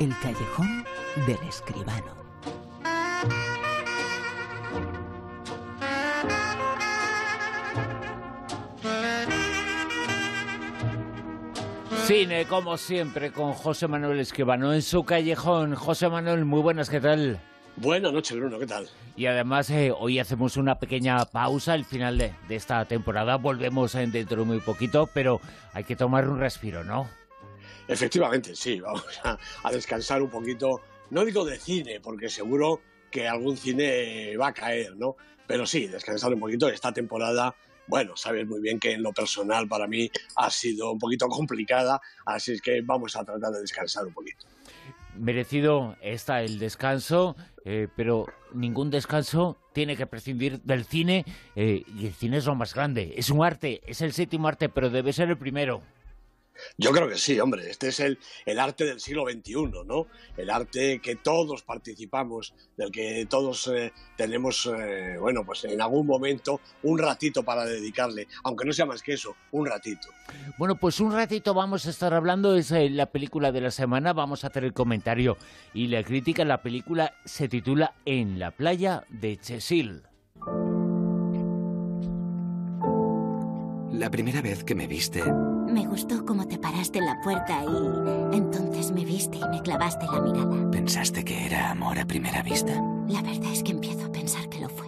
El callejón del escribano. Cine, como siempre, con José Manuel Escribano en su callejón. José Manuel, muy buenas, ¿qué tal? Buenas noches, Bruno, ¿qué tal? Y además, hoy hacemos una pequeña pausa al final de esta temporada. Volvemos dentro de muy poquito, pero hay que tomar un respiro, ¿no? Efectivamente, sí, vamos a descansar un poquito. No digo de cine, porque seguro que algún cine va a caer, ¿no? Pero sí, descansar un poquito. Esta temporada, bueno, sabes muy bien que en lo personal para mí ha sido un poquito complicada, así es que vamos a tratar de descansar un poquito. Merecido está el descanso, pero ningún descanso tiene que prescindir del cine, y el cine es lo más grande. Es un arte, es el séptimo arte, pero debe ser el primero. Yo creo que sí, hombre, este es el arte del siglo XXI, ¿no? El arte que todos participamos, del que todos tenemos, bueno, pues en algún momento un ratito para dedicarle, aunque no sea más que eso, un ratito. Bueno, pues un ratito vamos a estar hablando, es la película de la semana, vamos a hacer el comentario y la crítica. La película se titula En la playa de Chesil. La primera vez que me viste... Me gustó cómo te paraste en la puerta y entonces me viste y me clavaste la mirada. ¿Pensaste que era amor a primera vista? La verdad es que empiezo a pensar que lo fue.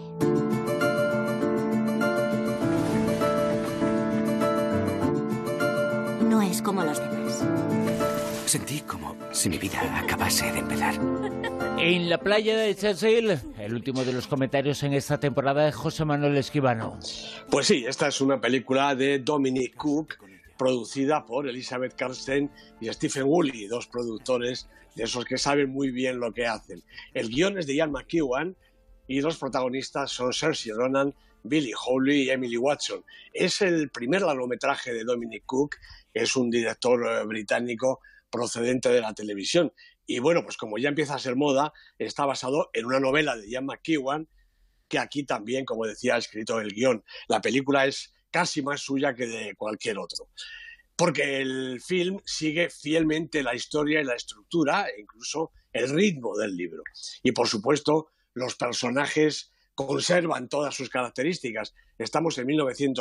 No es como los demás. Sentí como si mi vida acabase de empezar. En la playa de Chesil, el último de los comentarios en esta temporada de José Manuel Escribano. Pues sí, esta es una película de Dominic Cooke, producida por Elizabeth Karsten y Stephen Woolley, dos productores de esos que saben muy bien lo que hacen. El guion es de Ian McEwan y los protagonistas son Saoirse Ronan, Billie Howley y Emily Watson. Es el primer largometraje de Dominic Cooke, que es un director británico procedente de la televisión. Y bueno, pues como ya empieza a ser moda, está basado en una novela de Ian McEwan, que aquí también, como decía, ha escrito el guión. La película es casi más suya que de cualquier otro, porque el film sigue fielmente la historia y la estructura e incluso el ritmo del libro. Y por supuesto, los personajes conservan todas sus características. Estamos en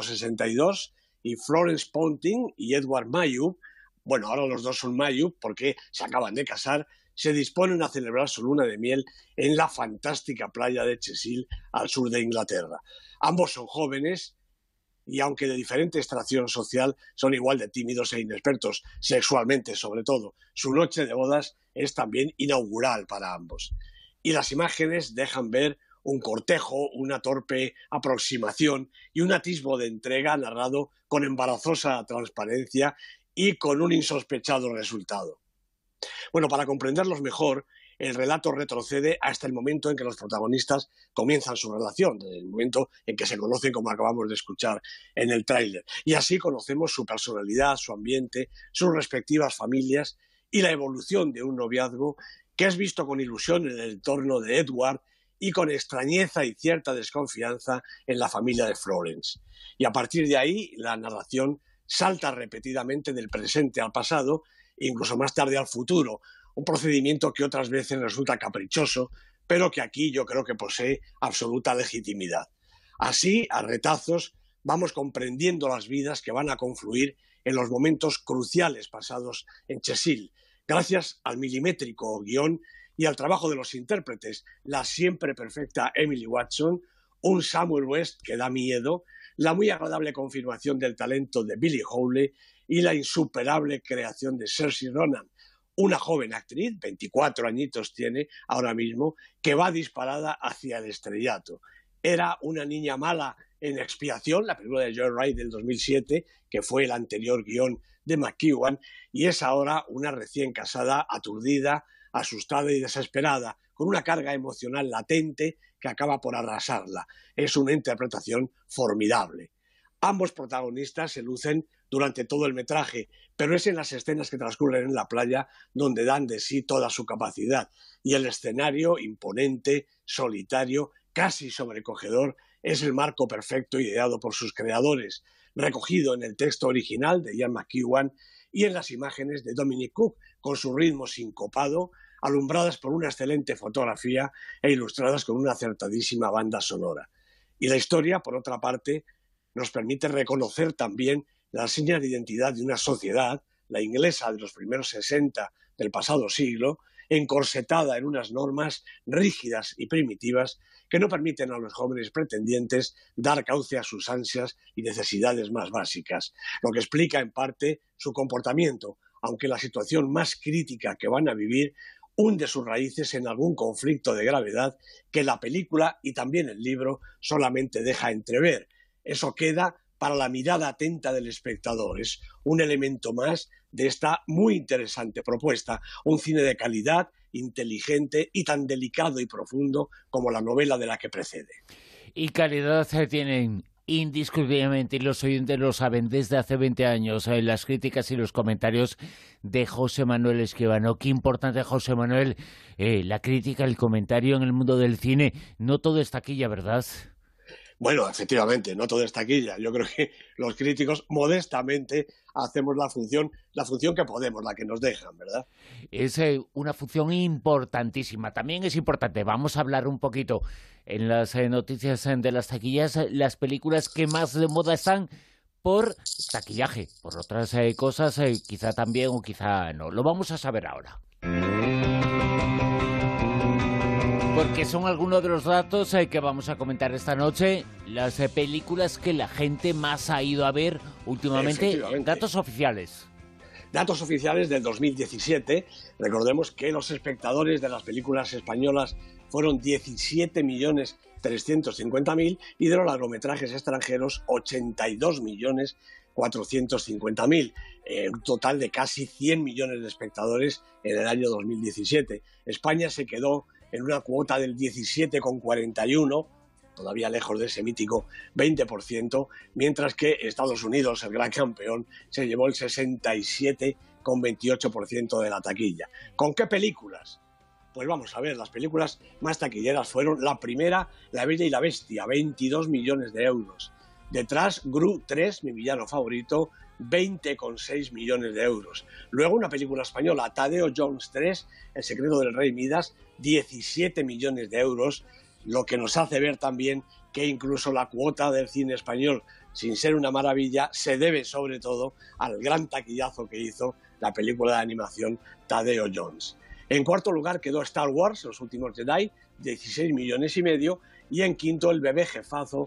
1962 y Florence Ponting y Edward Mayhew, bueno, ahora los dos son Mayhew porque se acaban de casar, se disponen a celebrar su luna de miel en la fantástica playa de Chesil, al sur de Inglaterra. Ambos son jóvenes y, aunque de diferente extracción social, son igual de tímidos e inexpertos, sexualmente sobre todo. Su noche de bodas es también inaugural para ambos. Y las imágenes dejan ver un cortejo, una torpe aproximación y un atisbo de entrega narrado con embarazosa transparencia y con un insospechado resultado. Bueno, para comprenderlos mejor, el relato retrocede hasta el momento en que los protagonistas comienzan su relación, el momento en que se conocen, como acabamos de escuchar en el tráiler. Y así conocemos su personalidad, su ambiente, sus respectivas familias y la evolución de un noviazgo que es visto con ilusión en el entorno de Edward y con extrañeza y cierta desconfianza en la familia de Florence. Y a partir de ahí, la narración salta repetidamente del presente al pasado, incluso más tarde al futuro, un procedimiento que otras veces resulta caprichoso, pero que aquí yo creo que posee absoluta legitimidad. Así, a retazos, vamos comprendiendo las vidas que van a confluir en los momentos cruciales pasados en Chesil, gracias al milimétrico guión y al trabajo de los intérpretes, la siempre perfecta Emily Watson, un Samuel West que da miedo, la muy agradable confirmación del talento de Billie Howley y la insuperable creación de Saoirse Ronan, una joven actriz, 24 añitos tiene ahora mismo, que va disparada hacia el estrellato. Era una niña mala en Expiación, la película de Joy Wright del 2007, que fue el anterior guión de McEwan, y es ahora una recién casada, aturdida, asustada y desesperada, con una carga emocional latente que acaba por arrasarla. Es una interpretación formidable. Ambos protagonistas se lucen durante todo el metraje, pero es en las escenas que transcurren en la playa donde dan de sí toda su capacidad, y el escenario, imponente, solitario, casi sobrecogedor, es el marco perfecto ideado por sus creadores, recogido en el texto original de Ian McEwan y en las imágenes de Dominic Cooke, con su ritmo sincopado, alumbradas por una excelente fotografía e ilustradas con una acertadísima banda sonora. Y la historia, por otra parte, nos permite reconocer también las señas de identidad de una sociedad, la inglesa de los primeros 60 del pasado siglo, encorsetada en unas normas rígidas y primitivas que no permiten a los jóvenes pretendientes dar cauce a sus ansias y necesidades más básicas, lo que explica en parte su comportamiento, aunque la situación más crítica que van a vivir hunde sus raíces en algún conflicto de gravedad que la película y también el libro solamente deja entrever. Eso queda para la mirada atenta del espectador. Es un elemento más de esta muy interesante propuesta, un cine de calidad, inteligente y tan delicado y profundo como la novela de la que precede. Y calidad tienen indiscutiblemente, y los oyentes lo saben, desde hace 20 años, las críticas y los comentarios de José Manuel Escribano. Qué importante, José Manuel, la crítica, el comentario en el mundo del cine. No todo es taquilla, ¿verdad? Bueno, efectivamente, no todo es taquilla. Yo creo que los críticos modestamente hacemos la función que podemos, la que nos dejan, ¿verdad? Es una función importantísima. También es importante, vamos a hablar un poquito en las noticias de las taquillas, las películas que más de moda están por taquillaje, por otras cosas, quizá también o quizá no. Lo vamos a saber ahora. Porque son algunos de los datos que vamos a comentar esta noche, las películas que la gente más ha ido a ver últimamente, datos oficiales. Datos oficiales del 2017, recordemos que los espectadores de las películas españolas fueron 17.350.000 y de los largometrajes extranjeros 82.450.000, un total de casi 100 millones de espectadores en el año 2017. España se quedó en una cuota del 17,41%, todavía lejos de ese mítico 20%, mientras que Estados Unidos, el gran campeón, se llevó el 67,28% de la taquilla. ¿Con qué películas? Pues vamos a ver, las películas más taquilleras fueron la primera, La Bella y la Bestia, 22 millones de euros. Detrás, Gru 3, mi villano favorito, 20,6 millones de euros. Luego una película española, Tadeo Jones 3, El secreto del rey Midas, 17 millones de euros, lo que nos hace ver también que incluso la cuota del cine español, sin ser una maravilla, se debe sobre todo al gran taquillazo que hizo la película de animación Tadeo Jones. En cuarto lugar quedó Star Wars, Los últimos Jedi, 16 millones y medio, y en quinto El bebé jefazo,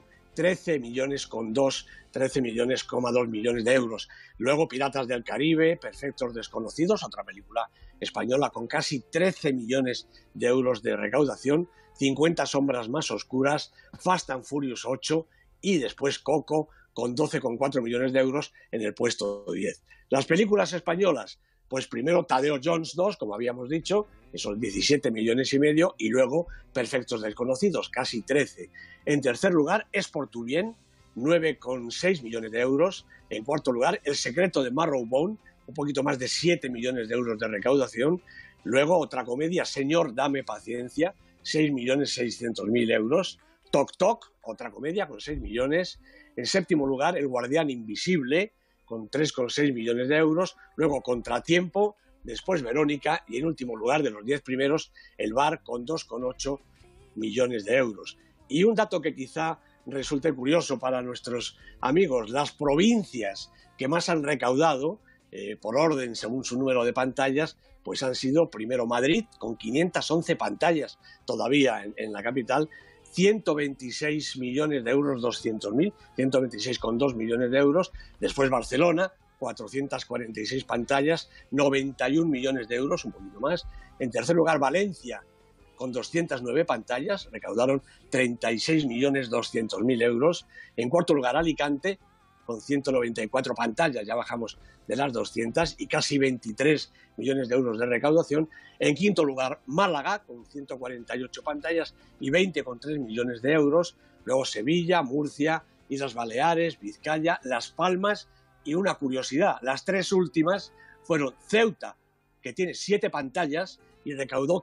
13,2 millones de euros. Luego Piratas del Caribe, Perfectos desconocidos, otra película española con casi 13 millones de euros de recaudación, 50 sombras más oscuras, Fast and Furious 8 y después Coco con 12,4 millones de euros en el puesto 10. Las películas españolas, pues primero Tadeo Jones 2, como habíamos dicho, esos 17 millones y medio, y luego Perfectos desconocidos, casi 13. En tercer lugar, Es por tu bien, 9,6 millones de euros. En cuarto lugar, El secreto de Marrowbone, un poquito más de 7 millones de euros de recaudación. Luego otra comedia, Señor, dame paciencia, 6.600.000 euros. Toc Toc, otra comedia con 6 millones. En séptimo lugar, El guardián invisible, con 3,6 millones de euros. Luego Contratiempo, después Verónica y en último lugar, de los 10 primeros, El bar, con 2,8 millones de euros. Y un dato que quizá resulte curioso para nuestros amigos, las provincias que más han recaudado, por orden según su número de pantallas, pues han sido primero Madrid, con 511 pantallas todavía en la capital, 126 millones de euros 200.000, 126,2 millones de euros. Después Barcelona, 446 pantallas, 91 millones de euros, un poquito más. En tercer lugar Valencia, con 209 pantallas, recaudaron 36.200.000 euros. En cuarto lugar Alicante, con 194 pantallas, ya bajamos de las 200 y casi 23 millones de euros de recaudación. En quinto lugar, Málaga, con 148 pantallas y 20,3 millones de euros. Luego Sevilla, Murcia, Islas Baleares, Vizcaya, Las Palmas y una curiosidad, las tres últimas fueron Ceuta, que tiene 7 pantallas y recaudó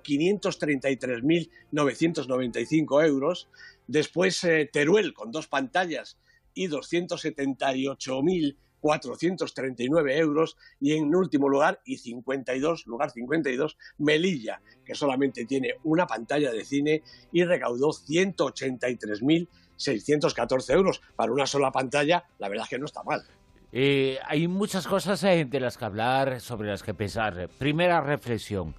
533.995 euros. Después Teruel, con 2 pantallas y 278.000 439 euros. Y en último lugar, lugar 52, Melilla, que solamente tiene una pantalla de cine y recaudó 183.614 euros. Para una sola pantalla, la verdad es que no está mal. Hay muchas cosas de las que hablar, sobre las que pensar. Primera reflexión.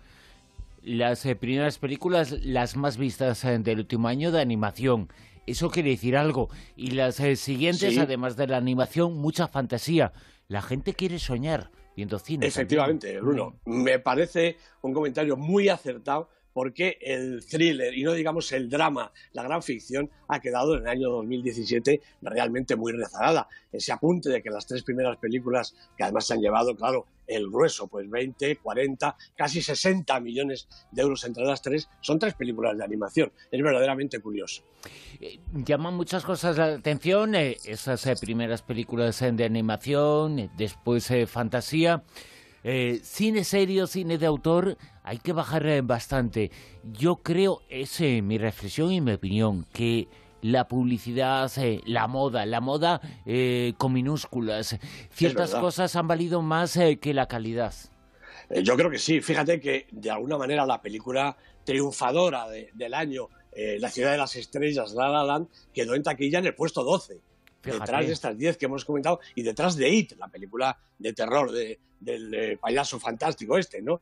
Las primeras películas, las más vistas del último año de animación. Eso quiere decir algo. Y las siguientes, sí, además de la animación, mucha fantasía. La gente quiere soñar viendo cine. Efectivamente, también. Bruno. Me parece un comentario muy acertado, porque el thriller, y no digamos el drama, la gran ficción, ha quedado en el año 2017 realmente muy rezagada. Ese apunte de que las 3 primeras películas, que además se han llevado, claro, el grueso, pues 20, 40, casi 60 millones de euros entre las 3, son 3 películas de animación. Es verdaderamente curioso. Llaman muchas cosas la atención, esas primeras películas de animación, después fantasía. Cine serio, cine de autor, hay que bajar bastante. Yo creo, es mi reflexión y mi opinión, que la publicidad, la moda con minúsculas, ciertas cosas han valido más que la calidad. Yo creo que sí. Fíjate que de alguna manera la película triunfadora del año, La ciudad de las estrellas, La La Land, quedó en taquilla en el puesto 12. Fíjate. Detrás de estas 10 que hemos comentado y detrás de It, la película de terror del payaso fantástico ¿no?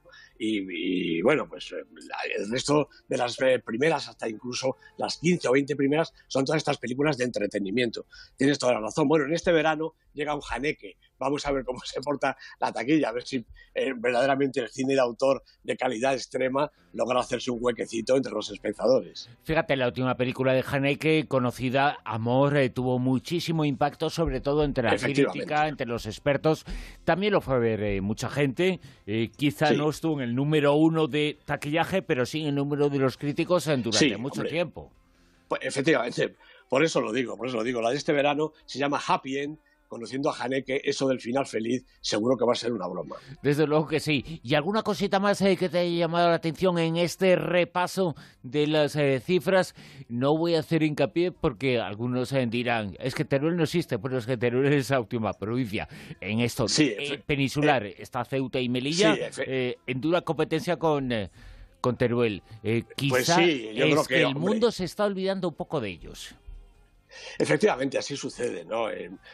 Y bueno, pues el resto de las primeras, hasta incluso las 15 o 20 primeras, son todas estas películas de entretenimiento. Tienes toda la razón. Bueno, en este verano llega un Haneke. Vamos a ver cómo se porta la taquilla, a ver si verdaderamente el cine de autor de calidad extrema logra hacerse un huequecito entre los espectadores. Fíjate, la última película de Haneke, conocida, Amor, tuvo muchísimo impacto, sobre todo entre la crítica, entre los expertos. También lo fue a ver mucha gente. Quizá sí, no estuvo en el número 1 de taquillaje, pero sí en el número de los críticos durante mucho tiempo. Pues, efectivamente, por eso lo digo. La de este verano se llama Happy End. Conociendo a Haneke, eso del final feliz seguro que va a ser una broma. Desde luego que sí. ¿Y alguna cosita más que te haya llamado la atención en este repaso de las cifras? No voy a hacer hincapié porque algunos dirán, es que Teruel no existe, pero es que Teruel es la última provincia. En esto peninsular está Ceuta y Melilla, en dura competencia con Teruel. Quizá pues sí, yo creo que el mundo se está olvidando un poco de ellos. Efectivamente, así sucede, ¿no?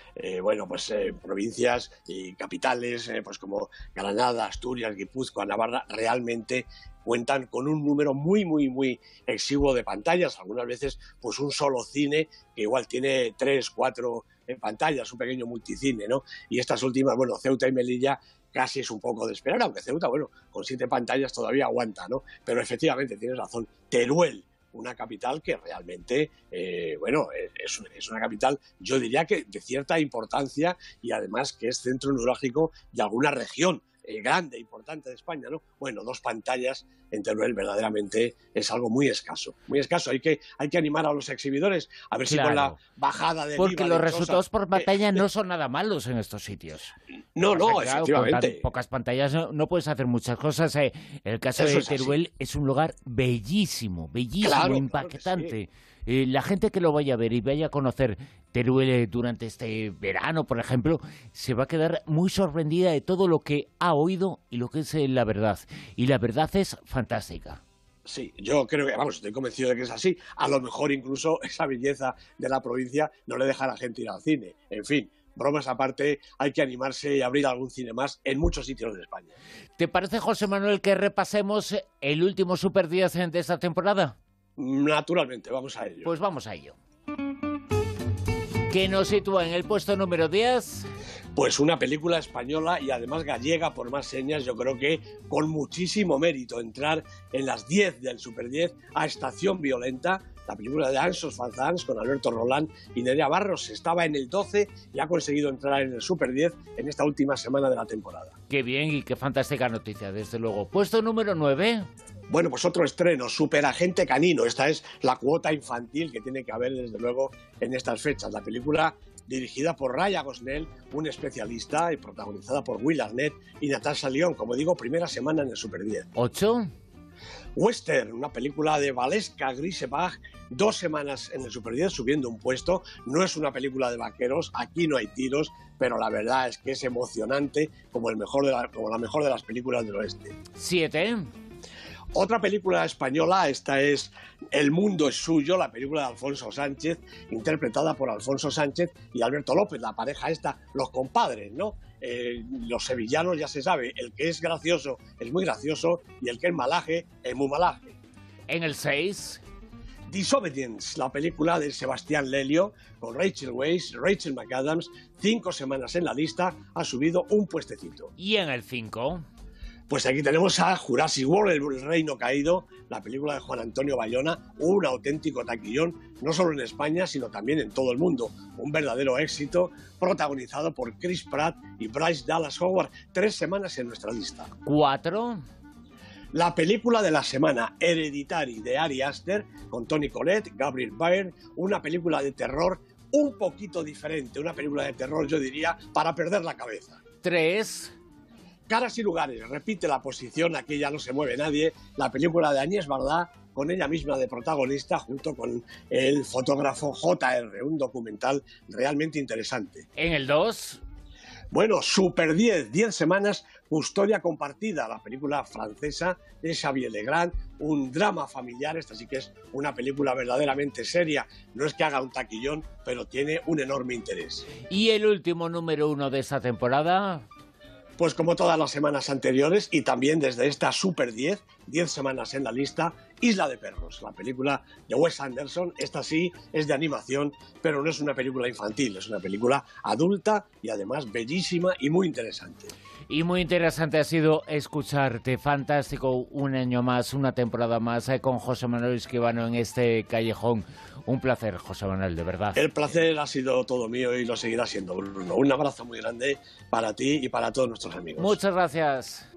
Provincias y capitales, pues como Granada, Asturias, Guipúzcoa, Navarra, realmente cuentan con un número muy, muy, muy exiguo de pantallas. Algunas veces, pues un solo cine que igual tiene 3, 4 pantallas, un pequeño multicine, ¿no? Y estas últimas, bueno, Ceuta y Melilla casi es un poco de esperar, aunque Ceuta, bueno, con 7 pantallas todavía aguanta, ¿no? Pero efectivamente, tienes razón, Teruel, una capital que realmente, es una capital, yo diría que de cierta importancia y además que es centro neurálgico de alguna región grande, importante de España, ¿no? Bueno, 2 pantallas en Teruel verdaderamente es algo muy escaso, muy escaso. Hay que animar a los exhibidores a ver si con la bajada del IVA... Porque los resultados por pantalla no son nada malos en estos sitios. No, efectivamente. Con pocas pantallas no puedes hacer muchas cosas. El caso de Teruel es un lugar bellísimo, claro, impactante. Claro que sí. La gente que lo vaya a ver y vaya a conocer Teruel durante este verano, por ejemplo, se va a quedar muy sorprendida de todo lo que ha oído y lo que es la verdad. Y la verdad es fantástica. Sí, yo creo que, estoy convencido de que es así. A lo mejor incluso esa belleza de la provincia no le deja a la gente ir al cine. En fin, bromas aparte, hay que animarse y abrir algún cine más en muchos sitios de España. ¿Te parece, José Manuel, que repasemos el último Super 10 de esta temporada? Naturalmente, vamos a ello. Pues vamos a ello. ¿Qué nos sitúa en el puesto número 10? Pues una película española y además gallega por más señas, yo creo que con muchísimo mérito entrar en las 10 del Super 10 a Estación Violenta, la película de Anxos Fazans con Alberto Roland y Nerea Barros. Estaba en el 12 y ha conseguido entrar en el Super 10 en esta última semana de la temporada. Qué bien y qué fantástica noticia, desde luego. Puesto número 9... Bueno, pues otro estreno, Superagente Canino. Esta es la cuota infantil que tiene que haber, desde luego, en estas fechas. La película dirigida por Raya Gosnell, un especialista, y protagonizada por Will Arnett y Natasha Lyonne. Como digo, primera semana en el Super 10. ¿8? Western, una película de Valeska Grisebach, 2 semanas en el Super 10 subiendo un puesto. No es una película de vaqueros, aquí no hay tiros, pero la verdad es que es emocionante como la mejor de las películas del oeste. 7. Otra película española, esta es El mundo es suyo, la película de Alfonso Sánchez, interpretada por Alfonso Sánchez y Alberto López, la pareja esta, los compadres, ¿no? Los sevillanos ya se sabe, el que es gracioso es muy gracioso y el que es malaje es muy malaje. En el 6. Disobedience, la película de Sebastián Lelio con Rachel Weisz, Rachel McAdams, 5 semanas en la lista, ha subido un puestecito. Y en el 5. Pues aquí tenemos a Jurassic World, el reino caído, la película de Juan Antonio Bayona, un auténtico taquillón, no solo en España, sino también en todo el mundo. Un verdadero éxito, protagonizado por Chris Pratt y Bryce Dallas Howard, 3 semanas en nuestra lista. 4. La película de la semana, Hereditary, de Ari Aster, con Toni Collette, Gabriel Byrne, una película de terror un poquito diferente, una película de terror, yo diría, para perder la cabeza. 3. Caras y lugares, repite la posición, aquí ya no se mueve nadie, la película de Agnès Varda, con ella misma de protagonista, junto con el fotógrafo JR, un documental realmente interesante. En el 2. Bueno, Super 10, 10 semanas, Custodia compartida, la película francesa de Xavier Legrand, un drama familiar, esta sí que es una película verdaderamente seria, no es que haga un taquillón, pero tiene un enorme interés. Y el último número 1 de esta temporada. Pues como todas las semanas anteriores y también desde esta Super 10, 10 semanas en la lista, Isla de Perros, la película de Wes Anderson. Esta sí es de animación, pero no es una película infantil, es una película adulta y además bellísima y muy interesante. Y muy interesante ha sido escucharte. Fantástico, un año más, una temporada más con José Manuel Escribano en este callejón. Un placer, José Manuel, de verdad. El placer ha sido todo mío y lo seguirá siendo, Bruno. Un abrazo muy grande para ti y para todos nuestros amigos. Muchas gracias.